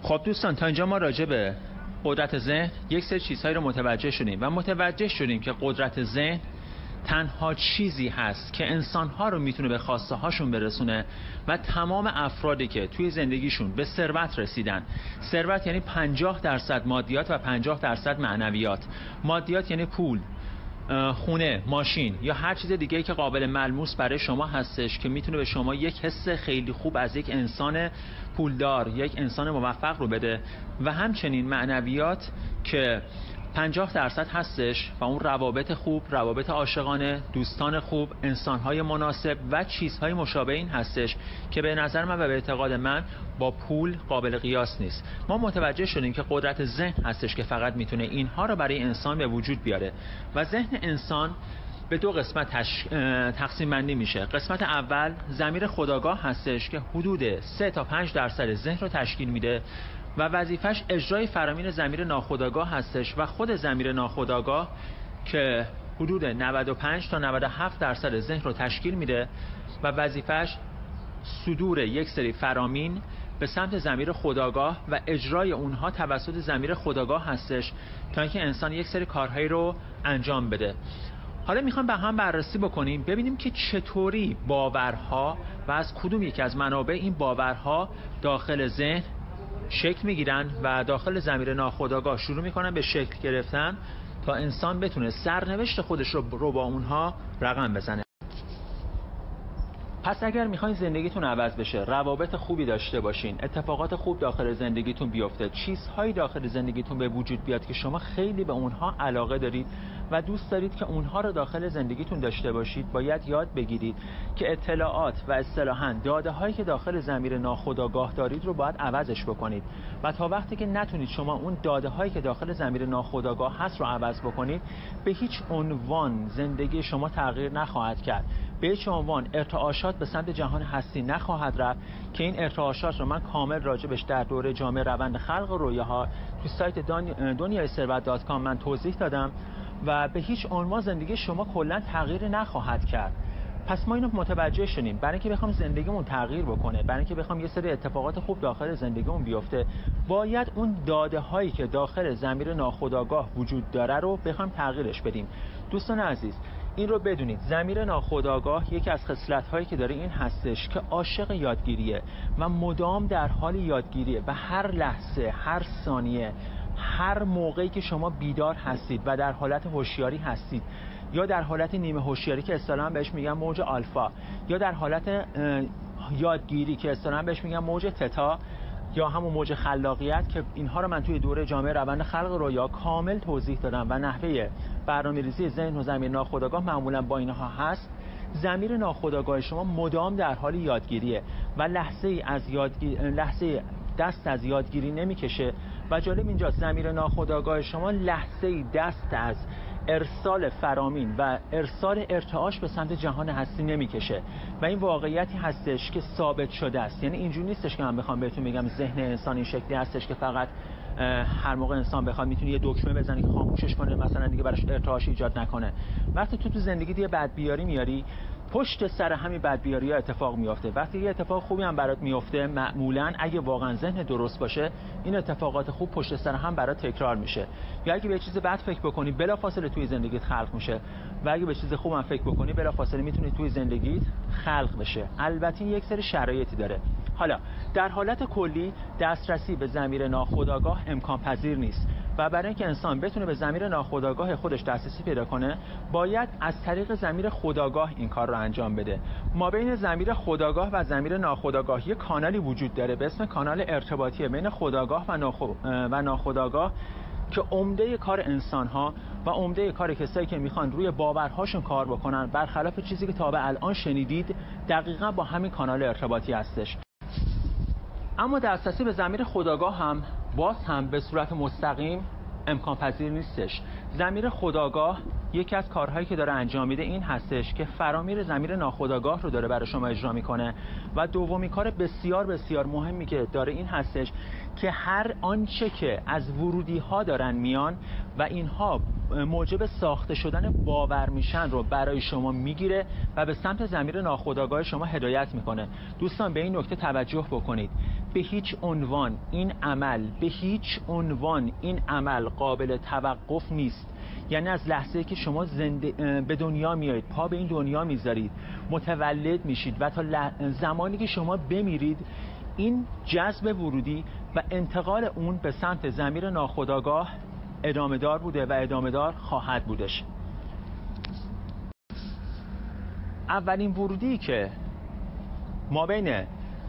خب دوستان، تا اینجا ما راجع به قدرت ذهن یک سری چیزهایی رو متوجه شدیم و متوجه شدیم که قدرت ذهن تنها چیزی هست که انسانها رو میتونه به خواسته هاشون برسونه و تمام افرادی که توی زندگیشون به ثروت رسیدن، ثروت یعنی 50% مادیات و 50% معنویات. مادیات یعنی پول، خونه، ماشین یا هر چیز دیگه‌ای که قابل ملموس برای شما هستش که میتونه به شما یک حس خیلی خوب از یک انسان پولدار، یک انسان موفق رو بده، و همچنین معنویات که 50% هستش و اون روابط خوب، روابط عاشقانه، دوستان خوب، انسانهای مناسب و چیزهای مشابه این هستش که به نظر من و به اعتقاد من با پول قابل قیاس نیست. ما متوجه شدیم که قدرت ذهن هستش که فقط میتونه اینها رو برای انسان به وجود بیاره و ذهن انسان به دو قسمت تقسیم بندی میشه. قسمت اول ضمیر خودآگاه هستش که حدود 3 تا 5% ذهن رو تشکیل میده و وظیفش اجرای فرامین ضمیر ناخودآگاه هستش و خود ضمیر ناخودآگاه که حدود 95 تا 97% ذهن رو تشکیل میده و وظیفش صدور یک سری فرامین به سمت ضمیر خودآگاه و اجرای اونها توسط ضمیر خودآگاه هستش تا اینکه انسان یک سری کارهایی رو انجام بده. حالا میخوام با هم بررسی بکنیم ببینیم که چطوری باورها و از کدوم یکی از منابع این باورها داخل ذهن شکل میگیرن و داخل ضمیر ناخودآگاه شروع میکنن به شکل گرفتن تا انسان بتونه سرنوشت خودش رو با اونها رقم بزنه. پس اگر میخواین زندگیتون عوض بشه، روابط خوبی داشته باشین، اتفاقات خوب داخل زندگیتون بیفته، چیزهایی داخل زندگیتون به وجود بیاد که شما خیلی به اونها علاقه دارید و دوست دارید که اونها رو داخل زندگیتون داشته باشید، باید یاد بگیرید که اطلاعات و اصطلاحاً داده هایی که داخل ضمیر ناخودآگاه دارید رو باید عوضش بکنید و تا وقتی که نتونید شما اون داده هایی که داخل ضمیر ناخودآگاه هست رو عوض بکنید، به هیچ عنوان زندگی شما تغییر نخواهد کرد. به هیچ عنوان ارتعاشات به سمت جهان هستی نخواهد رفت که این ارتعاشات رو من کامل راجبش در دوره جامعه روند خلق رویاها تو سایت دنیای ثروت.com من توضیح دادم و به هیچ عنوان زندگی شما کلا تغییر نخواهد کرد. پس ما اینو متوجه شدیم. برای اینکه بخوام زندگیمون تغییر بکنه، برای اینکه بخوام یه سری اتفاقات خوب داخل زندگیمون بیفته، باید اون داده هایی که داخل ضمیر ناخودآگاه وجود داره رو بخوام تغییرش بدیم. دوستان عزیز، این رو بدونید، ضمیر ناخودآگاه یکی از خصلت‌هایی که داره این هستش که عاشق یادگیریه و مدام در حال یادگیریه و هر لحظه، هر ثانیه، هر موقعی که شما بیدار هستید و در حالت هوشیاری هستید یا در حالت نیمه هوشیاری که اصطلاحاً بهش میگن موج آلفا یا در حالت یادگیری که اصطلاحاً بهش میگن موج تتا یا همون موج خلاقیت که اینها رو من توی دوره جامعه روند خلق رویا کامل توضیح دادم و نحوه برنامه‌ریزی ذهن و ضمیر ناخودآگاه معمولا با اینها هست. ضمیر ناخودآگاه شما مدام در حال یادگیریه و لحظه دست از یادگیری نمیکشه و جالب اینجاست ضمیر ناخودآگاه شما لحظه دست از ارسال فرامین و ارسال ارتعاش به سمت جهان هستی نمیکشه و این واقعیتی هستش که ثابت شده است. یعنی اینجوری نیستش که من بخوام بهتون بگم ذهن انسان این شکلی هستش که فقط هر موقع انسان بخواد میتونه یه دکمه بزنه که خاموشش کنه، مثلا دیگه براش ارتعاش ایجاد نکنه. وقتی تو زندگی دیگه بدبیاری میاری، پشت سر همین بدبیاری‌ها اتفاق میفته. وقتی یه اتفاق خوبی هم برات میفته، معمولاً اگه واقعا ذهن درست باشه، این اتفاقات خوب پشت سر هم برات تکرار میشه. یا اگه به چیز بد فکر بکنی، بلافاصله توی زندگیت خلق میشه و اگه به چیز خوب هم فکر بکنی، بلافاصله میتونه توی زندگیت خلق بشه. البته یک سری شرایطی داره. حالا در حالت کلی دسترسی به ضمیر ناخودآگاه امکان پذیر نیست و برای اینکه انسان بتونه به ضمیر ناخودآگاه خودش دسترسی پیدا کنه، باید از طریق ضمیر خودآگاه این کار رو انجام بده. ما بین ضمیر خودآگاه و ضمیر ناخودآگاه یک کانالی وجود داره به اسم کانال ارتباطی بین خودآگاه و ناخودآگاه که عمده کار انسان‌ها و عمده کار کسایی که میخوان روی باورهاشون کار بکنن، برخلاف چیزی که تا به الان شنیدید، دقیقاً با همین کانال ارتباطی هستش. اما دسترسی به ضمیر خودآگاه هم باز هم به صورت مستقیم امکان پذیر نیستش. ضمیر خودآگاه یکی از کارهایی که داره انجام میده این هستش که فرامین ضمیر ناخودآگاه رو داره برای شما اجرا میکنه و دومی کار بسیار بسیار مهمی که داره این هستش که هر آنچه که از ورودی ها دارن میان و اینها موجب ساخته شدن باور میشن رو برای شما میگیره و به سمت ضمیر ناخودآگاه شما هدایت میکنه. دوستان به این نکته توجه بکنید. به هیچ عنوان این عمل قابل توقف نیست. یعنی از لحظه که شما به دنیا میایید، پا به این دنیا میذارید، متولد میشید و تا زمانی که شما بمیرید، این جذب ورودی و انتقال اون به سمت ضمیر ناخودآگاه ادامه دار بوده و ادامه دار خواهد بودش. اولین ورودی که ما بین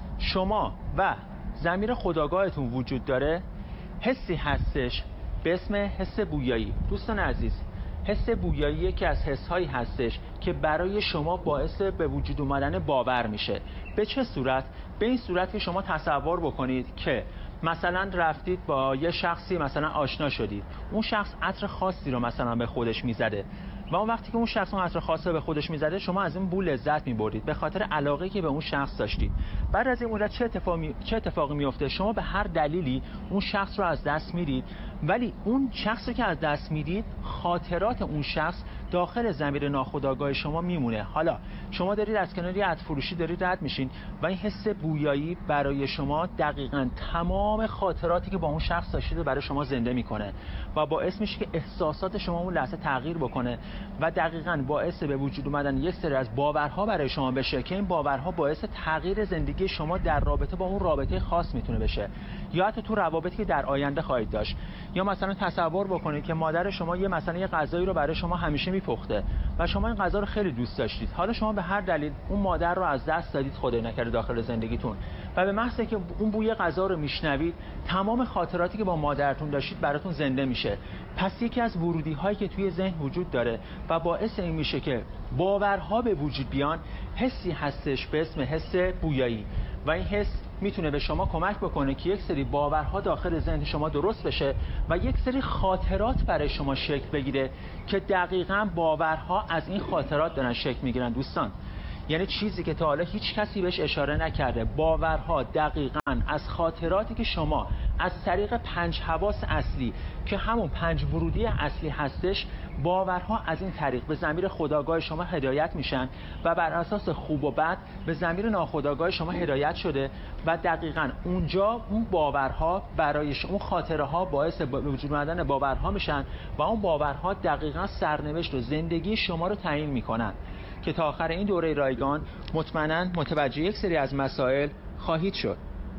شما و ضمیر خودآگاهتون وجود داره حسی هستش به اسم حس بویایی. دوستان عزیز، حس بویایی یکی از حس‌هایی هستش که برای شما باعث به وجود اومدن باور میشه. به چه صورت؟ به این صورت که شما تصور بکنید که مثلا رفتید با یه شخصی مثلا آشنا شدید، اون شخص عطر خاصی رو مثلا به خودش میزده و اون وقتی که اون شخص اون عطر خاص رو به خودش میزده، شما از این بو لذت میبرید به خاطر علاقه‌ای که به اون شخص داشتید. بعد از این مدت چه اتفاقی میفته؟ شما به هر دلیلی اون شخص رو از دست میدید، ولی اون شخصی که از دست میدید، خاطرات اون شخص داخل ضمیر ناخودآگاه شما میمونه. حالا شما دارید از کنار یه عطر فروشی دارید رد میشین و این حس بویایی برای شما دقیقاً تمام خاطراتی که با اون شخص داشتید رو برای شما زنده میکنه و باعث میشه که احساسات شما اون لحظه تغییر بکنه و دقیقاً باعث به وجود اومدن یک سری از باورها برای شما بشه که این باورها باعث تغییر زندگی شما در رابطه با اون رابطه خاص میتونه بشه، یا حتی تو روابطی که در آینده خواهید داشت. یا مثلا تصور بکنید که مادر شما یه غذایی رو برای شما همیشه میپخته و شما این غذا رو خیلی دوست داشتید، حالا شما به هر دلیل اون مادر رو از دست دادید، خدای نکرده داخل زندگیتون، و به محض که اون بوی غذا رو میشنوید، تمام خاطراتی که با مادرتون داشتید براتون زنده میشه. پس یکی از ورودی هایی که توی ذهن وجود داره و باعث این میشه که باورها به وجود بیان، حسی هستش به اسم حس بویایی و این حس میتونه به شما کمک بکنه که یک سری باورها داخل ذهن شما درست بشه و یک سری خاطرات برای شما شکل بگیره که دقیقاً باورها از این خاطرات دارن شکل میگیرن. دوستان، یعنی چیزی که تا حالا هیچ کسی بهش اشاره نکرده، باورها دقیقاً از خاطراتی که شما از طریق 5 حواس اصلی که همون 5 ورودی اصلی هستش، باورها از این طریق به ضمیر خودآگاه شما هدایت میشن و بر اساس خوب و بد به ضمیر ناخودآگاه شما هدایت شده و دقیقاً اونجا اون باورها برای اون خاطره ها باعث به وجود اومدن باورها میشن و اون باورها دقیقاً سرنوشت و زندگی شما رو تعیین میکنن که تا آخر این دوره رایگان مطمئناً متوجه یک سری از مسائل خواهید شد.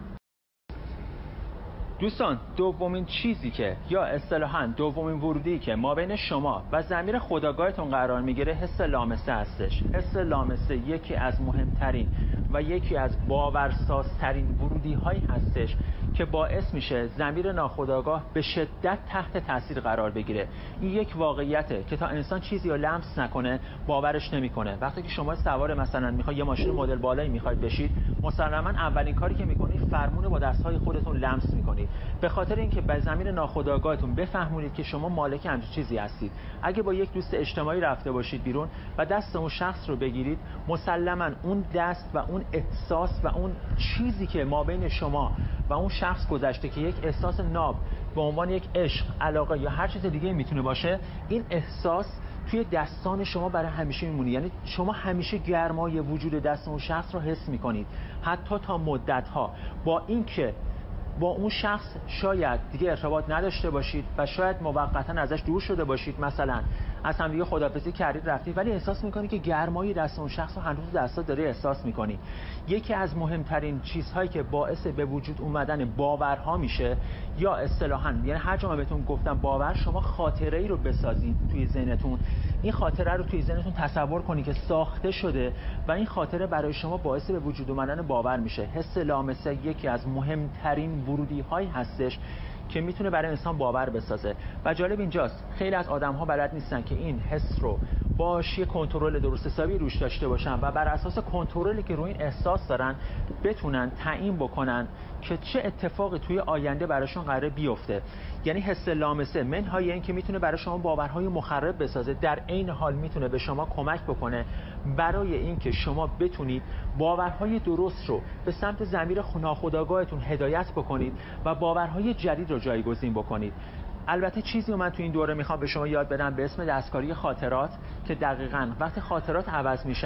دوستان، دومین چیزی که یا اصطلاحاً دومین ورودی که ما بین شما و ضمیر خودآگاهتون قرار میگیره حس لامسه هستش. حس لامسه یکی از مهمترین و یکی از باورسازترین ورودی هایی هستش که باعث میشه ضمیر ناخودآگاه به شدت تحت تاثیر قرار بگیره. این یک واقعیته که تا انسان چیزی رو لمس نکنه باورش نمیکنه. وقتی که شما سوار مثلا میخواید یه ماشین مدل بالایی میخواید بشید، مسلماً اولین کاری که میکنید فرمون با دستهای خودتون لمس میکنید، به خاطر اینکه به ضمیر ناخودآگاهتون بفهمونید که شما مالک همچین چیزی هستید. اگه با یک دوست اجتماعی رفته باشید بیرون و دست اون شخص رو بگیرید، مسلماً اون دست و اون احساس و اون چیزی که ما بین شما و اون شخص گذشته که یک احساس ناب به عنوان یک عشق، علاقه یا هر چیز دیگه میتونه باشه، این احساس توی دستان شما برای همیشه میمونه. یعنی شما همیشه گرمای وجود دست اون شخص رو حس میکنید، حتی تا مدت‌ها، با اینکه با اون شخص شاید دیگه ارتباط نداشته باشید و شاید موقتا ازش دور شده باشید، مثلا از هم دیگه خداحافظی کردید رفتید، ولی احساس میکنی که گرمای دست اون شخص رو هنوز دستات داری احساس میکنی. یکی از مهمترین چیزهایی که باعث به وجود اومدن باورها میشه، یا اصطلاحاً یعنی هر جا من بهتون گفتم باور، شما خاطره ای رو بسازید توی ذهنتون، این خاطره رو توی ذهنتون تصور کنید که ساخته شده و این خاطره برای شما باعث به وجود اومدن باور میشه. حس لامسه یکی از مهمترین ورودی هایی هستش که میتونه برای انسان باور بسازه و جالب اینجاست خیلی از آدم ها بلد نیستن که این حس رو باش یه کنترل درست حسابی روش داشته باشن و بر اساس کنترلی که روی این احساس دارن بتونن تعیین بکنن که چه اتفاقی توی آینده براشون قراره بیفته. یعنی حس لامسه منهای این که میتونه برای شما باورهای مخرب بسازه، در عین حال میتونه به شما کمک بکنه برای اینکه شما بتونید باورهای درست رو به سمت ضمیر ناخودآگاهتون هدایت بکنید و باورهای جدید رو جایگزین بکنید. البته چیزی رو من تو این دوره میخوام به شما یاد بدم به اسم دستکاری خاطرات، که دقیقاً وقتی خاطرات عوض میشن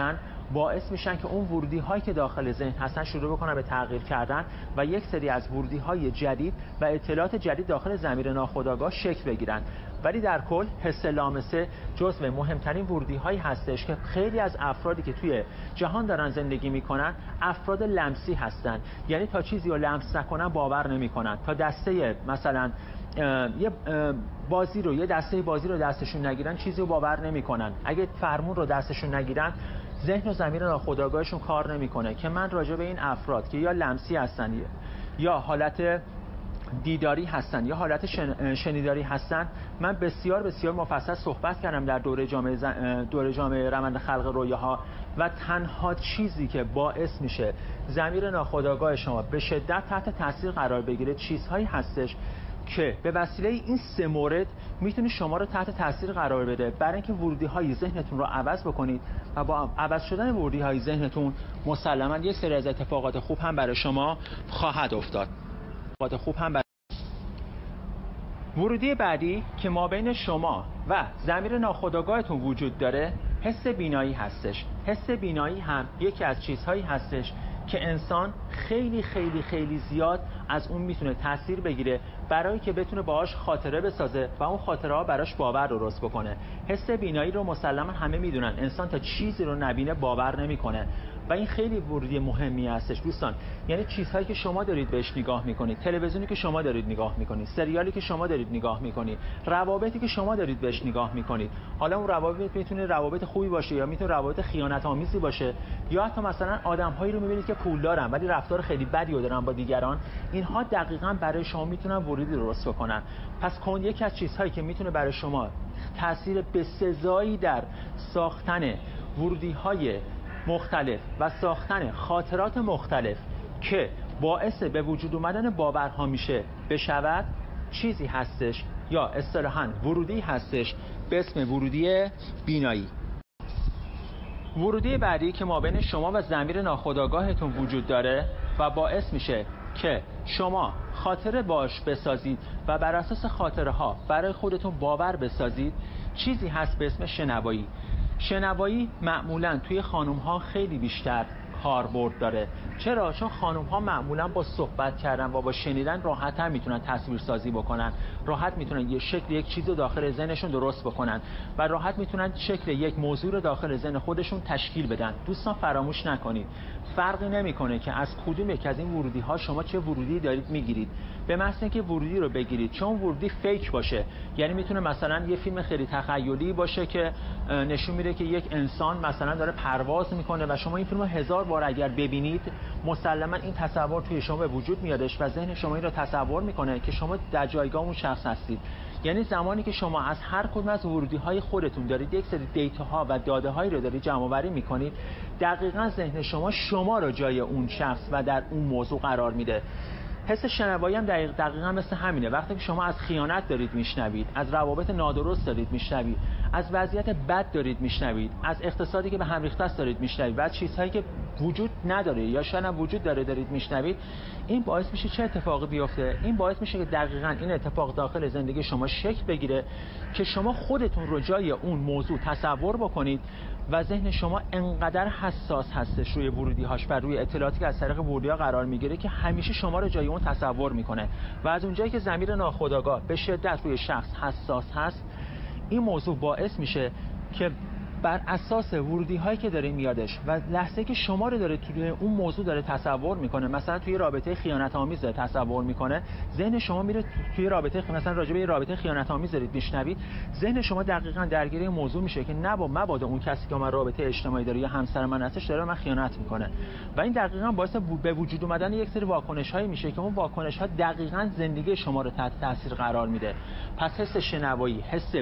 باعث میشن که اون ورودی هایی که داخل ذهن هستن شروع بکنن به تغییر کردن و یک سری از ورودی های جدید و اطلاعات جدید داخل ضمیر ناخودآگاه شکل بگیرن. ولی در کل حس لامسه جزو مهمترین ورودی هایی هستش که خیلی از افرادی که توی جهان دارن زندگی میکنن افراد لمسی هستن، یعنی تا چیزی رو لمس نکنن باور نمیکنن، تا دسته مثلا یه بازی رو، یه دسته بازی رو دستشون نگیرن چیزی رو باور نمیکنن. اگه فرمون رو دستشون نگیرن ذهن و ضمیر ناخودآگاهشون کار نمیکنه. که من راجع به این افراد که یا لمسی هستن یا حالت دیداری هستن یا حالت شنیداری هستن من بسیار بسیار مفصل صحبت کردم در دوره جامعه روند خلق رویاها و تنها چیزی که باعث میشه ضمیر ناخودآگاه شما به شدت تحت تاثیر قرار بگیره چیزهایی هستش که به وسیله این 3 مورد میتونه شما رو تحت تاثیر قرار بده برای اینکه ورودی های ذهنتون رو عوض بکنید و با عوض شدن ورودی های ذهنتون مسلما یک سری از اتفاقات خوب هم برای شما خواهد افتاد. ورودی بعدی که ما بین شما و ضمیر ناخودآگاهتون وجود داره حس بینایی هستش. حس بینایی هم یکی از چیزهایی هستش که انسان خیلی خیلی خیلی زیاد از اون میتونه تاثیر بگیره برای که بتونه باهاش خاطره بسازه و اون خاطره ها براش باور درست بکنه. حس بینایی رو مسلما همه میدونن انسان تا چیزی رو نبینه باور نمیکنه و این خیلی ورودی مهمی هستش دوستان. یعنی چیزهایی که شما دارید بهش نگاه میکنید، تلویزیونی که شما دارید نگاه میکنید، سریالی که شما دارید نگاه میکنید، روابطی که شما دارید بهش نگاه میکنید، حالا اون روابط میتونه روابط خوبی باشه یا میتونه روابط خیانت آمیزی باشه یا حتی مثلا آدم‌هایی رو میبینید که پول دارن ولی رفتار خیلی بدی رو دارن با دیگران، اینها دقیقاً برای شما میتونن ورودی درست بکنن. پس یکی از چیزهایی که میتونه برای شما تاثیر بسزایی در ساختن ورودی‌های مختلف و ساختن خاطرات مختلف که باعث به وجود اومدن باورها میشه بشود چیزی هستش یا اصطلاحاً ورودی هستش به اسم ورودی بینایی. ورودی بعدی که ما بین شما و ضمیر ناخودآگاهتون وجود داره و باعث میشه که شما خاطره باش بسازید و بر اساس خاطره ها برای خودتون باور بسازید چیزی هست به اسم شنوایی. شنوایی معمولا توی خانم ها خیلی بیشتر کاربرد داره. چرا؟ چون خانم ها معمولا با صحبت کردن و با شنیدن راحت‌تر میتونن تصویر سازی بکنن، راحت میتونن یه شکل یک چیز رو داخل ذهنشون درست بکنن و راحت میتونن شکل یک موضوع رو داخل ذهن خودشون تشکیل بدن. دوستان فراموش نکنید فرقی نمیکنه که از کدوم یک از این ورودی ها شما چه ورودی دارید میگیرید. به محض اینکه ورودی رو بگیرید چون ورودی فیک باشه، یعنی میتونه مثلا یه فیلم خیلی تخیلی باشه که نشون میده که یک انسان مثلا داره پرواز میکنه و شما این فیلم رو 1000 بار اگر ببینید مسلما این تصور توی شما به وجود میادش و ذهن شما این رو تصور میکنه که شما در جایگاه اون شخص هستید. یعنی زمانی که شما از هر کدوم از ورودی های خودتون دارید یک سری دیتا ها و داده هایی رو دارید جمع آوری میکنید، دقیقاً ذهن شما رو جای اون شخص و در اون موضوع قرار میده. حس شنوایی هم دقیقاً مثل همینه. وقتی که شما از خیانت دارید میشنوید، از روابط نادرست دارید میشنوید، از وضعیت بد دارید میشنوید، از اقتصادی که به هم ریخته است دارید میشنوید و از چیزهایی که وجود نداره یا شاید هم وجود داره دارید میشنوید، این باعث میشه چه اتفاقی بیفته؟ این باعث میشه که دقیقاً این اتفاق داخل زندگی شما شکل بگیره که شما خودتون رو جای اون موضوع تصور بکنید و ذهن شما انقدر حساس هستش روی ورودی‌هاش و روی اطلاعاتی که از طریق ورودی‌ها قرار میگیره که همیشه شما رو جای اون تصور میکنه و از اونجایی که ضمیر ناخودآگاه به شدت روی شخص حساس هست، این موضوع باعث میشه که بر اساس ورودی هایی که داره میادش و لحظه که شما رو داره توی اون موضوع داره تصور میکنه، مثلا توی رابطه خیانت آمیز داره تصور میکنه، ذهن شما میره توی رابطه مثلا راجع به رابطه خیانت آمیز دارید میشنوید، ذهن شما دقیقاً درگیر این موضوع میشه که مبادا اون کسی که من رابطه اجتماعی داره یا همسر من هستش داره من خیانت میکنه و این دقیقاً باعث به وجود اومدن یک سری واکنش هایی میشه که اون واکنش ها دقیقاً زندگی شما رو تحت تاثیر قرار میده. پس حس شنوایی،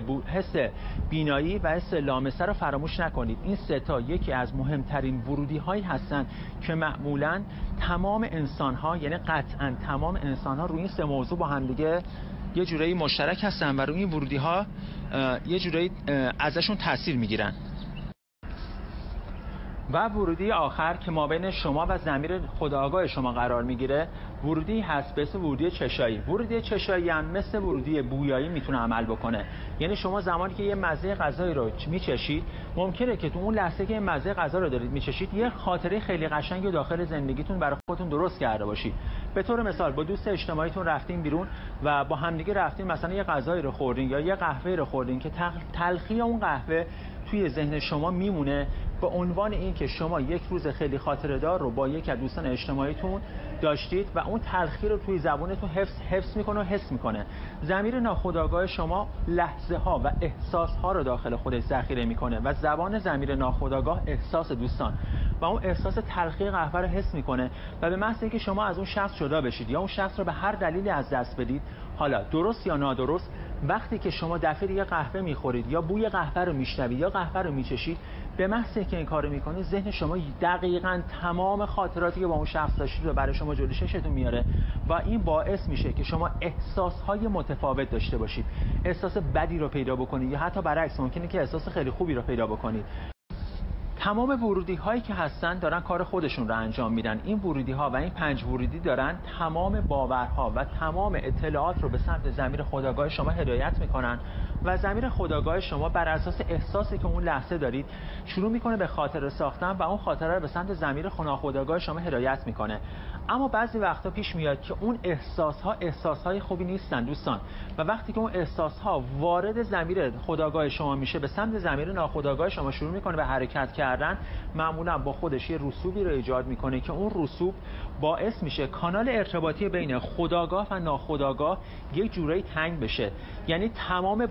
حس بینایی و حس لامسه رو فراموش نکنید. این سه تا یکی از مهمترین ورودی هایی هستن که معمولاً تمام انسان ها، یعنی قطعاً تمام انسان ها روی این سه موضوع با هم دیگه یه جورایی مشترک هستن و روی این ورودی ها یه جورایی ازشون تاثیر میگیرن. و ورودی آخر که ما بین شما و ضمیر خودآگاه شما قرار میگیره، ورودی هست به اسم ورودی چشایی. ورودی چشایی هم مثل ورودی بویایی میتونه عمل بکنه. یعنی شما زمانی که یه مزه غذایی رو میچشید، ممکنه که تو اون لحظه که این مزه غذا رو دارید میچشید یه خاطره خیلی قشنگی داخل زندگیتون برای خودتون درست کرده باشید. به طور مثال با دوست اجتماعیتون رفتین بیرون و با همدیگه رفتین مثلا یه غذایی رو خوردین یا یه قهوه رو خوردین که تلخی اون قهوه توی ذهن شما میمونه به عنوان این که شما یک روز خیلی خاطره دار رو با یک از دوستان اجتماعیتون داشتید و اون تلخی رو توی زبونتون حفظ میکنه و حس میکنه. ضمیر ناخودآگاه شما لحظه ها و احساس ها رو داخل خودش ذخیره میکنه و زبان ضمیر ناخودآگاه احساس دوستان و اون احساس تلخی قهوه رو حس میکنه و به محض اینکه شما از اون شخص جدا بشید یا اون شخص رو به هر دلیلی از دست بدید، حالا درست یا نادرست، وقتی که شما دفعه یه قهوه میخورید یا بوی قهوه رو میشنوید یا قهوه رو میچشید، به محض اینکه این کارو میکنید ذهن شما دقیقاً تمام خاطراتی که با اون شخص داشتید رو برای شما جلوی چشتون میاره و این باعث میشه که شما احساسهای متفاوت داشته باشید. احساس بدی رو پیدا بکنید یا حتی برعکس ممکنه که احساس خیلی خوبی رو پیدا بکنید. تمام ورودی هایی که هستن دارن کار خودشون رو انجام میدن. این ورودی ها و این 5 ورودی دارن تمام باورها و تمام اطلاعات رو به سمت ضمیر خودآگاه شما هدایت میکنن و ضمیر خودآگاه شما بر اساس احساسی که اون لحظه دارید شروع میکنه به خاطره ساختن و اون خاطره رو به سمت ضمیر ناخودآگاه شما هدایت میکنه. اما بعضی وقتا پیش میاد که اون احساسهای خوبی نیستن دوستان و وقتی که اون احساسها وارد ضمیر خودآگاه شما میشه به سمت ضمیر ناخودآگاه شما شروع میکنه به حرکت کردن، معمولا با خودش یه رسوبی رو ایجاد میکنه که اون رسوب باعث میشه کانال ارتباطی بین خودآگاه و ناخودآگاه یک جورایی تنگ بشه. یعنی تمامی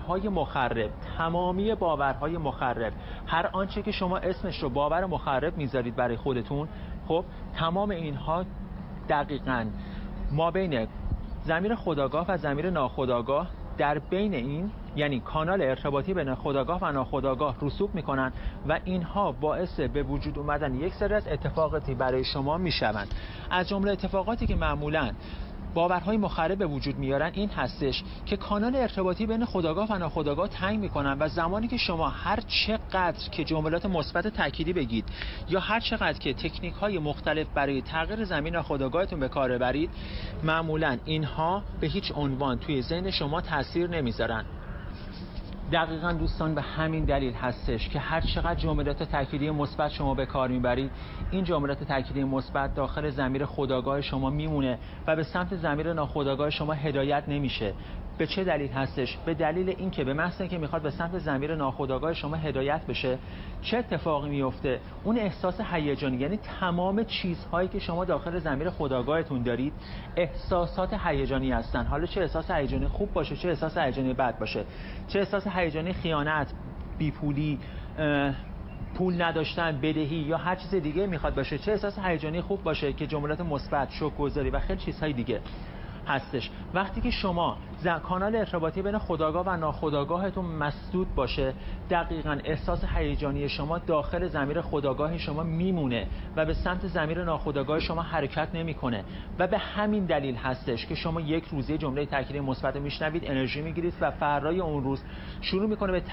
باورهای مخرب، هر آنچه که شما اسمش رو باور مخرب میذارید برای خودتون، خب تمام اینها دقیقاً ما بین ضمیر خودآگاه و ضمیر ناخودآگاه در بین این یعنی کانال ارتباطی بین خودآگاه و ناخودآگاه رسوب میکنن و اینها باعث به وجود اومدن یک سری از اتفاقاتی برای شما میشوند. از جمله اتفاقاتی که معمولاً باورهای مخرب به وجود میارن این هستش که کانال ارتباطی بین خودآگاه و ناخودآگاه تنگ میکنن و زمانی که شما هر چقدر که جملات مثبت تأکیدی بگید یا هر چقدر که تکنیک های مختلف برای تغییر ضمیر ناخودآگاهتون به کار ببرید، معمولا اینها به هیچ عنوان توی ذهن شما تاثیر نمیذارن. دقیقاً دوستان به همین دلیل هستش که هر چقدر جملات تأکیدی مثبت شما به کار میبرید، این جملات تأکیدی مثبت داخل ضمیر خودآگاه شما میمونه و به سمت ضمیر ناخودآگاه شما هدایت نمیشه. به چه دلیل هستش؟ به دلیل اینکه به محض اینکه میخواد به سمت ضمیر ناخودآگاه شما هدایت بشه، چه اتفاقی میفته؟ اون احساس هیجانی، یعنی تمام چیزهایی که شما داخل ضمیر خودآگاهتون دارید احساسات هیجانی هستن. حالا چه احساس هیجانی خوب باشه، چه احساس هیجانی بد باشه، چه احساس هیجانی خیانت، بیپولی، پول نداشتن، بدهی یا هر چیز دیگه میخواد باشه، چه احساس هیجانی خوب باشه که جملات مثبت، شکرگزاری و خیلی چیزهای دیگه هستش. وقتی که شما کانال ارتباطی بین خودآگاه و ناخودآگاهتون مسدود باشه، دقیقاً احساس هیجانی شما داخل ضمیر خودآگاه شما میمونه و به سمت ضمیر ناخودآگاه شما حرکت نمیکنه و به همین دلیل هستش که شما یک روزه جمله تأکیدی مثبت میشنوید، انرژی میگیرید و فردای اون روز شروع میکنه به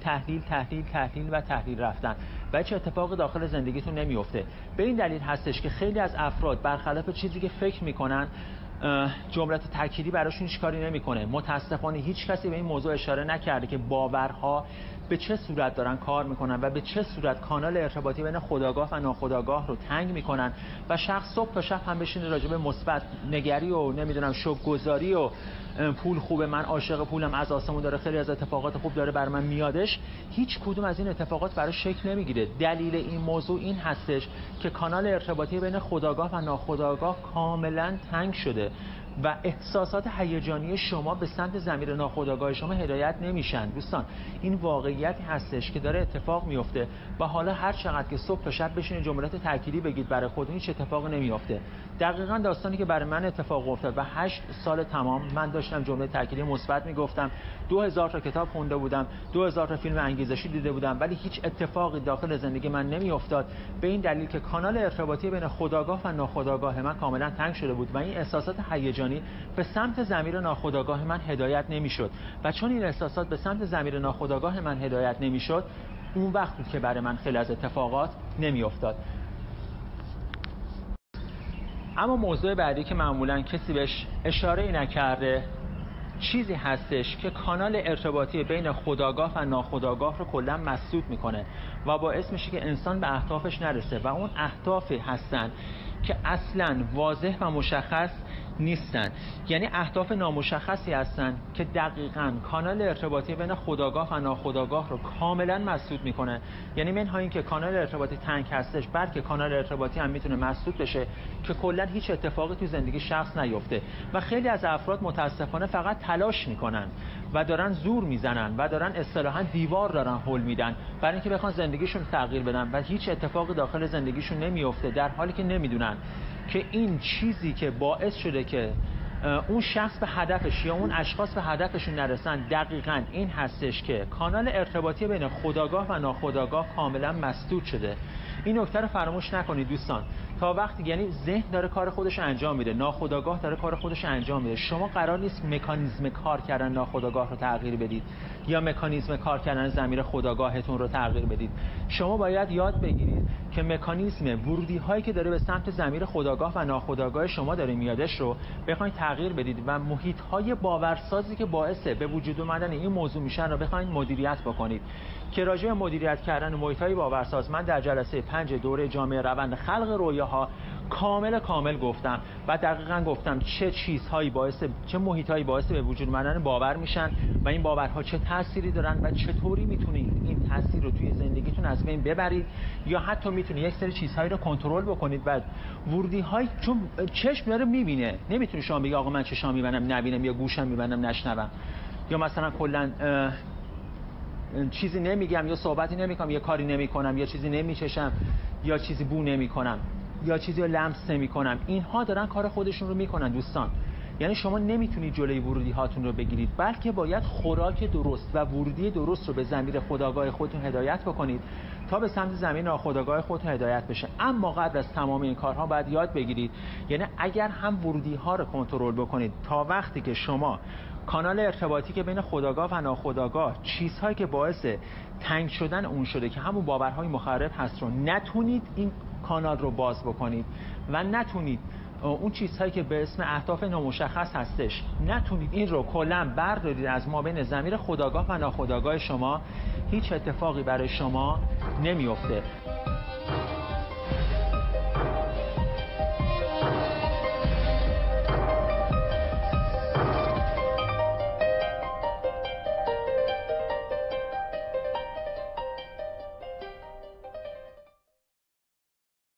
تحلیل رفتن و چه اتفاقی داخل زندگیتون نمیفته. به این دلیل هستش که خیلی از افراد برخلاف چیزی که فکر میکنن جملات تأکیدی براشون هیچ کاری نمیکنه. متاسفانه هیچ کسی به این موضوع اشاره نکرده که باورها به چه صورت دارن کار میکنن و به چه صورت کانال ارتباطی بین خودآگاه و ناخودآگاه رو تنگ میکنن و شخص صبح تا شب هم بشینه راجع به مثبت نگری و نمیدونم شکرگزاری و پول خوبه، من عاشق پولم، از آسمون داره، خیلی از اتفاقات خوب داره بر من میادش. هیچ کدوم از این اتفاقات براش شکل نمیگیره. دلیل این موضوع این هستش که کانال ارتباطی بین خودآگاه و ناخودآگاه کاملا تنگ شده و احساسات هیجانی شما به سمت ضمیر ناخودآگاه شما هدایت نمیشن. دوستان این واقعیتی هستش که داره اتفاق میفته و حالا هر چقدر که صبح تا شب بشینید جملات تأکیدی بگید برای خودتون هیچ اتفاقی نمیفته. دقیقاً داستانی که برای من اتفاق افتاد و 8 سال تمام من داشتم جمله تأکیدی مثبت میگفتم، 2000 تا کتاب خونده بودم، 2000 تا فیلم انگیزشی دیده بودم، ولی هیچ اتفاقی داخل زندگی من نمیافتاد، به این دلیل که کانال ارتباطی بین خودآگاه و ناخودآگاه من کاملا تنگ شده بود و این احساسات هیجانی به سمت ضمیر ناخودآگاه من هدایت نمیشد و چون این احساسات به سمت ضمیر ناخودآگاه من هدایت نمیشد، اون وقت بود که برای من خیلی از اتفاقات نمیافتاد. اما موضوع بعدی که معمولا کسی بهش اشاره نکرده چیزی هستش که کانال ارتباطی بین خودآگاه و ناخودآگاه رو کلا مسدود میکنه و باعث میشه که انسان به اهدافش نرسه و اون اهدافی هستن که اصلا واضح و مشخص نیستن، یعنی اهداف نامشخصی هستن که دقیقاً کانال ارتباطی بین خودآگاه و ناخودآگاه رو کاملا مسدود میکنه. یعنی منهای این که کانال ارتباطی تنگ هستش، بلکه کانال ارتباطی هم میتونه مسدود بشه که کلا هیچ اتفاقی تو زندگی شخص نیفته و خیلی از افراد متاسفانه فقط تلاش میکنن و دارن زور میزنن و دارن اصطلاحاً دیوار دارن هول میدن برای اینکه بخوان زندگیشون تغییر بدن و هیچ اتفاقی داخل زندگیشون نمیفته، در حالی که نمیدونن که این چیزی که باعث شده که اون شخص به هدفش یا اون اشخاص به هدفشون نرسن دقیقاً این هستش که کانال ارتباطی بین خودآگاه و ناخودآگاه کاملا مسدود شده. این نکته رو فراموش نکنید دوستان. تا وقتی یعنی ذهن داره کار خودش انجام میده، ناخودآگاه داره کار خودش انجام میده، شما قرار نیست مکانیزم کار کردن ناخودآگاه رو تغییر بدید یا مکانیزم کار کردن ضمیر خودآگاهتون رو تغییر بدید. شما باید یاد بگیرید که مکانیزم ورودی هایی که داره به سمت ضمیر خودآگاه و ناخودآگاه شما داره میادش رو بخواید تغییر بدید و محیط های باورسازی که باعث به وجود اومدن این موضوع میشن رو بخواید مدیریت بکنید. که راجع به مدیریت کردن محیط های باورساز من در جلسه 5 دوره جامعه روند خلق رویاها کامل گفتم و دقیقاً گفتم چه چیزهایی چه محیطهایی باعث به وجود اومدن باور میشن و این باورها چه تأثیری دارن و چطوری میتونید این تأثیر رو توی زندگیتون از بین ببرید یا حتی میتونید یک سری چیزهایی رو کنترل بکنید. و ورودی‌های چون چشم داره میبینه، نمیتونی شما بگی آقا من چشام میبینم نبینم یا گوشم میبینم نشنوم یا مثلا کلا چیزی نمیگم یا صحبتی نمیکنم یا کاری نمیکنم یا چیزی نمیچشم یا چیزی بو نمیکنم یا چیزی رو لمس نمیکنم. اینها دارن کار خودشون رو میکنن دوستان. یعنی شما نمیتونید جلوی ورودی هاتون رو بگیرید، بلکه باید خوراک درست و ورودی درست رو به ضمیر خودآگاه خودتون هدایت بکنید تا به سمت ضمیر ناخودآگاه خودتون هدایت بشه. اما قبل از تمام این کارها باید یاد بگیرید، یعنی اگر هم ورودی ها رو کنترل بکنید تا وقتی که شما کانال ارتباطی که بین خودآگاه و ناخودآگاه چیزهایی که باعث تنگ شدن اون شده که همون باورهای مخرب هست رو نتونید این کانال رو باز بکنید و نتونید اون چیزهایی که به اسم اهداف نامشخص هستش نتونید این رو کلا بردارید از ما بین ضمیر خودآگاه و ناخودآگاه شما، هیچ اتفاقی برای شما نمیفته.